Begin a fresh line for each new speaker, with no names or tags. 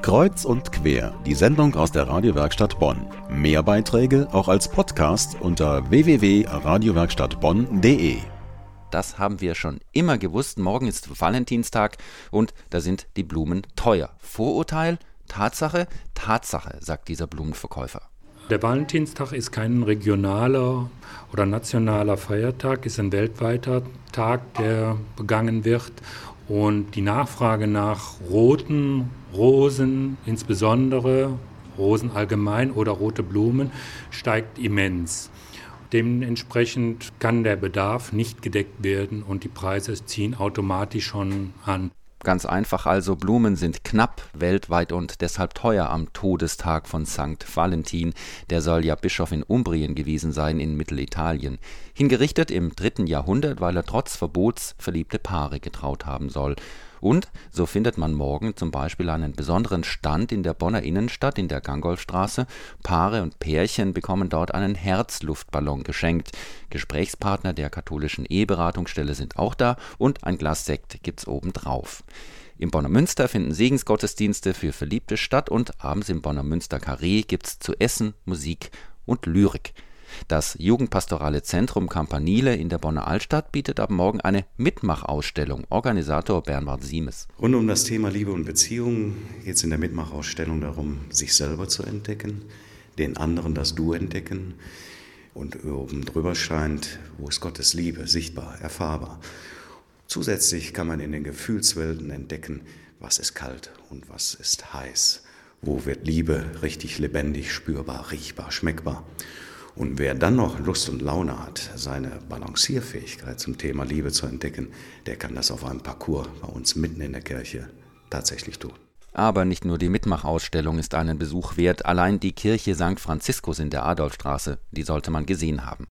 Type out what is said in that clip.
Kreuz und quer, die Sendung aus der Radiowerkstatt Bonn. Mehr Beiträge auch als Podcast unter www.radiowerkstattbonn.de.
Das haben wir schon immer gewusst. Morgen ist Valentinstag und da sind die Blumen teuer. Vorurteil? Tatsache? Tatsache, sagt dieser Blumenverkäufer.
Der Valentinstag ist kein regionaler oder nationaler Feiertag, ist ein weltweiter Tag, der begangen wird. Und die Nachfrage nach roten Rosen, insbesondere Rosen allgemein oder rote Blumen, steigt immens. Dementsprechend kann der Bedarf nicht gedeckt werden und die Preise ziehen automatisch schon an.
Ganz einfach also, Blumen sind knapp weltweit und deshalb teuer am Todestag von St. Valentin. Der soll ja Bischof in Umbrien gewesen sein, in Mittelitalien. Hingerichtet im 3. Jahrhundert, weil er trotz Verbots verliebte Paare getraut haben soll. Und so findet man morgen zum Beispiel einen besonderen Stand in der Bonner Innenstadt in der Gangolfstraße. Paare und Pärchen bekommen dort einen Herzluftballon geschenkt. Gesprächspartner der katholischen Eheberatungsstelle sind auch da und ein Glas Sekt gibt's obendrauf. Im Bonner Münster finden Segensgottesdienste für Verliebte statt und abends im Bonner Münster Carré gibt's zu essen, Musik und Lyrik. Das Jugendpastorale Zentrum Campanile in der Bonner Altstadt bietet ab morgen eine Mitmachausstellung. Organisator Bernhard Siemes.
Rund um das Thema Liebe und Beziehung geht es in der Mitmachausstellung darum, sich selber zu entdecken, den anderen das Du entdecken und oben drüber scheint, wo ist Gottes Liebe, sichtbar, erfahrbar. Zusätzlich kann man in den Gefühlswelten entdecken, was ist kalt und was ist heiß, wo wird Liebe richtig lebendig, spürbar, riechbar, schmeckbar. Und wer dann noch Lust und Laune hat, seine Balancierfähigkeit zum Thema Liebe zu entdecken, der kann das auf einem Parcours bei uns mitten in der Kirche tatsächlich tun.
Aber nicht nur die Mitmachausstellung ist einen Besuch wert, allein die Kirche St. Franziskus in der Adolfstraße, die sollte man gesehen haben.